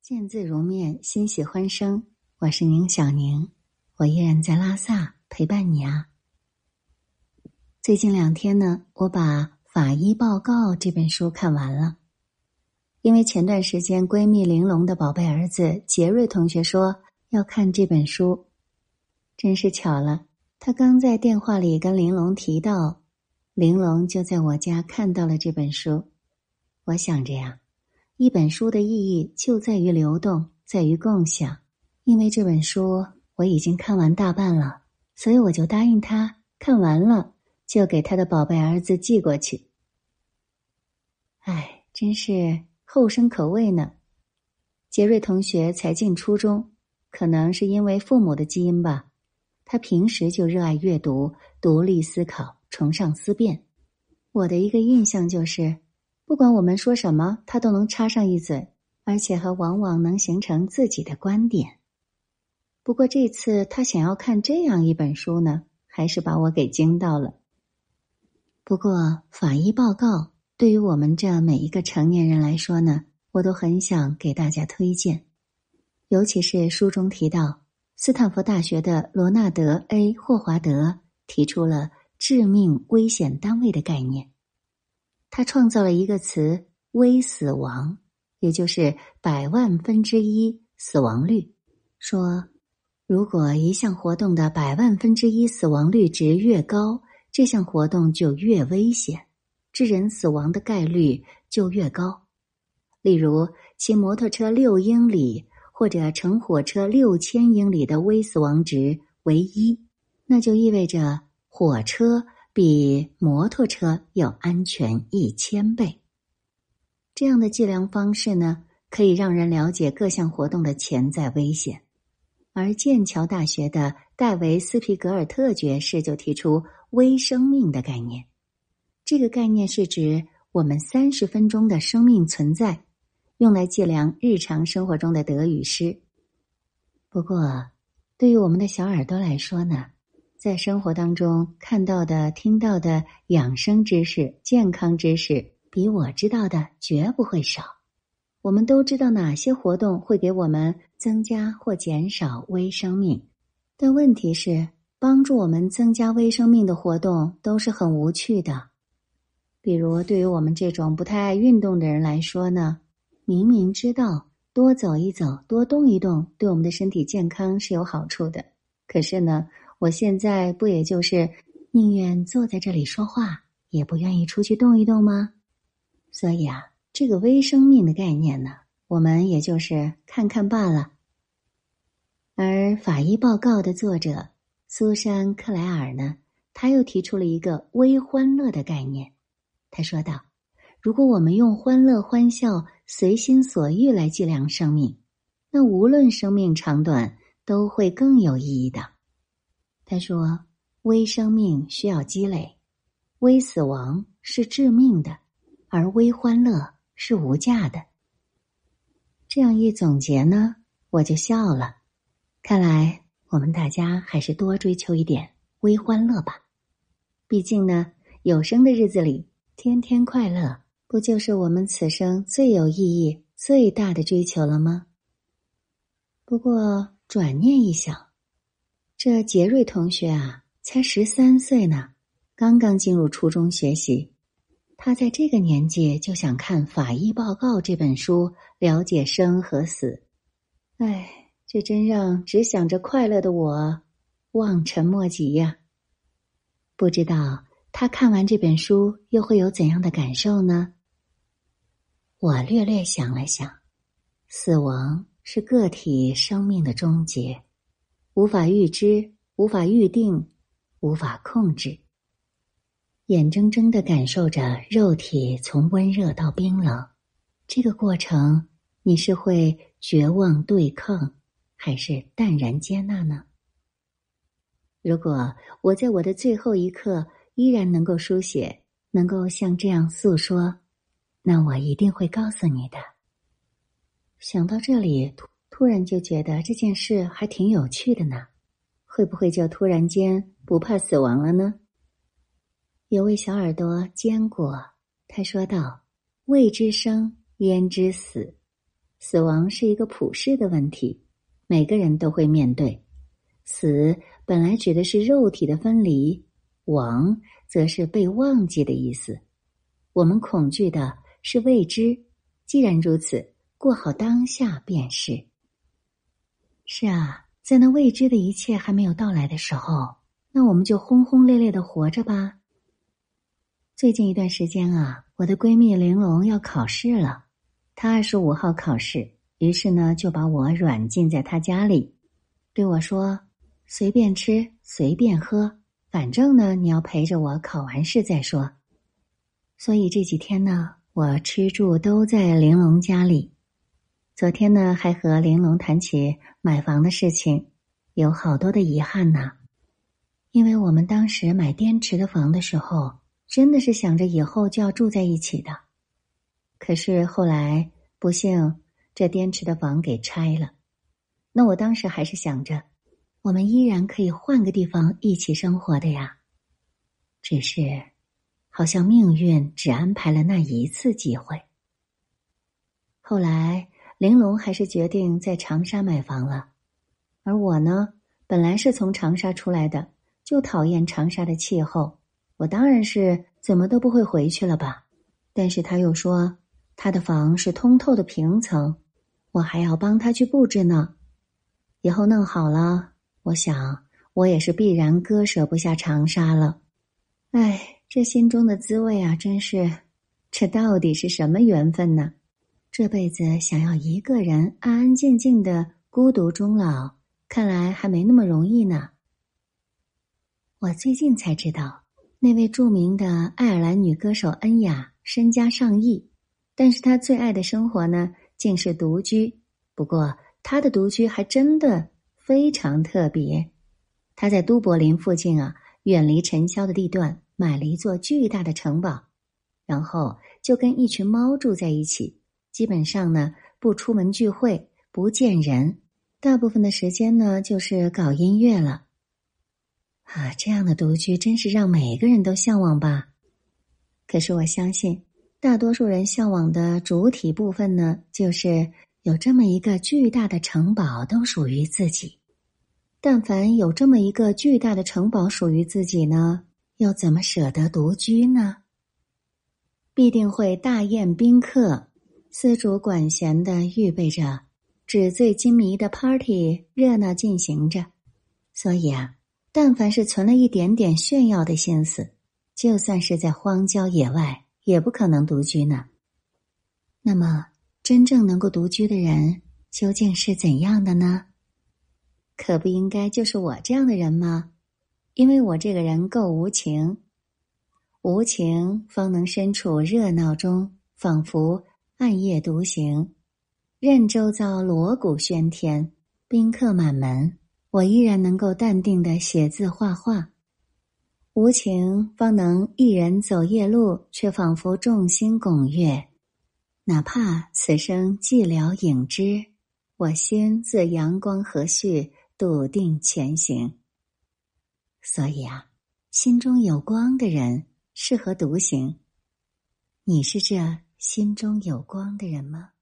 见字如面，欣喜欢声。我是宁小宁，我依然在拉萨陪伴你啊。最近2天呢，我把《法医报告》这本书看完了。因为前段时间闺蜜玲珑的宝贝儿子杰瑞同学说要看这本书，真是巧了，他刚在电话里跟玲珑提到，玲珑就在我家看到了这本书。我想着呀，一本书的意义就在于流动，在于共享。因为这本书我已经看完大半了，所以我就答应他，看完了就给他的宝贝儿子寄过去。哎，真是后生可畏呢。杰瑞同学才进初中，可能是因为父母的基因吧，他平时就热爱阅读，独立思考，崇尚思辨。我的一个印象就是，不管我们说什么，他都能插上一嘴，而且还往往能形成自己的观点。不过这次他想要看这样一本书呢，还是把我给惊到了。不过法医报告对于我们这每一个成年人来说呢，我都很想给大家推荐。尤其是书中提到，斯坦福大学的罗纳德 ·A. 霍华德提出了致命危险单位的概念。他创造了一个词微死亡，也就是100,000,000,000%死亡率，说如果一项活动的100,000,000,000%死亡率值越高，这项活动就越危险，致人死亡的概率就越高。例如骑摩托车6英里或者乘火车6000英里的微死亡值为1，那就意味着火车比摩托车要安全1000倍。这样的计量方式呢，可以让人了解各项活动的潜在危险。而剑桥大学的戴维斯皮格尔特爵士就提出微生命的概念。这个概念是指我们30分钟的生命存在，用来计量日常生活中的得与失。不过，对于我们的小耳朵来说呢，在生活当中看到的、听到的养生知识、健康知识，比我知道的绝不会少。我们都知道哪些活动会给我们增加或减少微生命，但问题是，帮助我们增加微生命的活动都是很无趣的。比如对于我们这种不太爱运动的人来说呢，明明知道多走一走，多动一动对我们的身体健康是有好处的，可是呢，我现在不也就是宁愿坐在这里说话，也不愿意出去动一动吗？所以啊，这个微生命的概念呢，我们也就是看看罢了。而法医报告的作者苏珊·克莱尔呢，他又提出了一个微欢乐的概念。他说道，如果我们用欢乐、欢笑、随心所欲来计量生命，那无论生命长短都会更有意义的。他说，微生命需要积累，微死亡是致命的，而微欢乐是无价的。这样一总结呢，我就笑了。看来我们大家还是多追求一点微欢乐吧。毕竟呢，有生的日子里，天天快乐，不就是我们此生最有意义、最大的追求了吗？不过转念一想，这杰瑞同学啊，才13岁呢，刚刚进入初中学习。他在这个年纪就想看《法医报告》这本书，了解生和死。哎，这真让只想着快乐的我望尘莫及呀。不知道他看完这本书又会有怎样的感受呢？我略略想了想，死亡是个体生命的终结，无法预知，无法预定，无法控制。眼睁睁地感受着肉体从温热到冰冷，这个过程你是会绝望对抗，还是淡然接纳呢？如果我在我的最后一刻依然能够书写，能够像这样诉说，那我一定会告诉你的。想到这里，突然就觉得这件事还挺有趣的呢，会不会就突然间不怕死亡了呢？有位小耳朵坚果，他说道，未知生焉知死， 死亡是一个普世的问题，每个人都会面对。死本来指的是肉体的分离，亡则是被忘记的意思。我们恐惧的是未知，既然如此，过好当下便是。是啊，在那未知的一切还没有到来的时候，那我们就轰轰烈烈的活着吧。最近一段时间啊，我的闺蜜玲珑要考试了，她25号考试，于是呢就把我软禁在她家里，对我说随便吃随便喝，反正呢你要陪着我考完试再说。所以这几天呢，我吃住都在玲珑家里。昨天呢还和玲珑谈起买房的事情，有好多的遗憾呢。因为我们当时买滇池的房的时候，真的是想着以后就要住在一起的。可是后来不幸这滇池的房给拆了，那我当时还是想着我们依然可以换个地方一起生活的呀。只是好像命运只安排了那一次机会。后来玲珑还是决定在长沙买房了，而我呢，本来是从长沙出来的，就讨厌长沙的气候，我当然是怎么都不会回去了吧。但是他又说他的房是通透的平层，我还要帮他去布置呢。以后弄好了，我想我也是必然割舍不下长沙了。哎，这心中的滋味啊，真是，这到底是什么缘分呢？这辈子想要一个人安安静静的孤独终老，看来还没那么容易呢。我最近才知道，那位著名的爱尔兰女歌手恩雅身家上亿，但是她最爱的生活呢，竟是独居。不过她的独居还真的非常特别。她在都柏林附近啊，远离尘嚣的地段买了一座巨大的城堡，然后就跟一群猫住在一起，基本上呢不出门聚会，不见人，大部分的时间呢就是搞音乐了。啊，这样的独居真是让每个人都向往吧。可是我相信大多数人向往的主体部分呢，就是有这么一个巨大的城堡都属于自己。但凡有这么一个巨大的城堡属于自己呢，又怎么舍得独居呢？必定会大宴宾客，丝竹管弦的预备着，纸醉金迷的 party 热闹进行着。所以啊，但凡是存了一点点炫耀的心思，就算是在荒郊野外，也不可能独居呢。那么，真正能够独居的人，究竟是怎样的呢？可不应该就是我这样的人吗？因为我这个人够无情，无情方能身处热闹中，仿佛暗夜独行，任周遭锣鼓喧天，宾客满门，我依然能够淡定地写字画画。无情方能一人走夜路，却仿佛众星拱月，哪怕此生寂寥影只，我心自阳光和煦，笃定前行。所以啊，心中有光的人适合独行。你是这心中有光的人吗？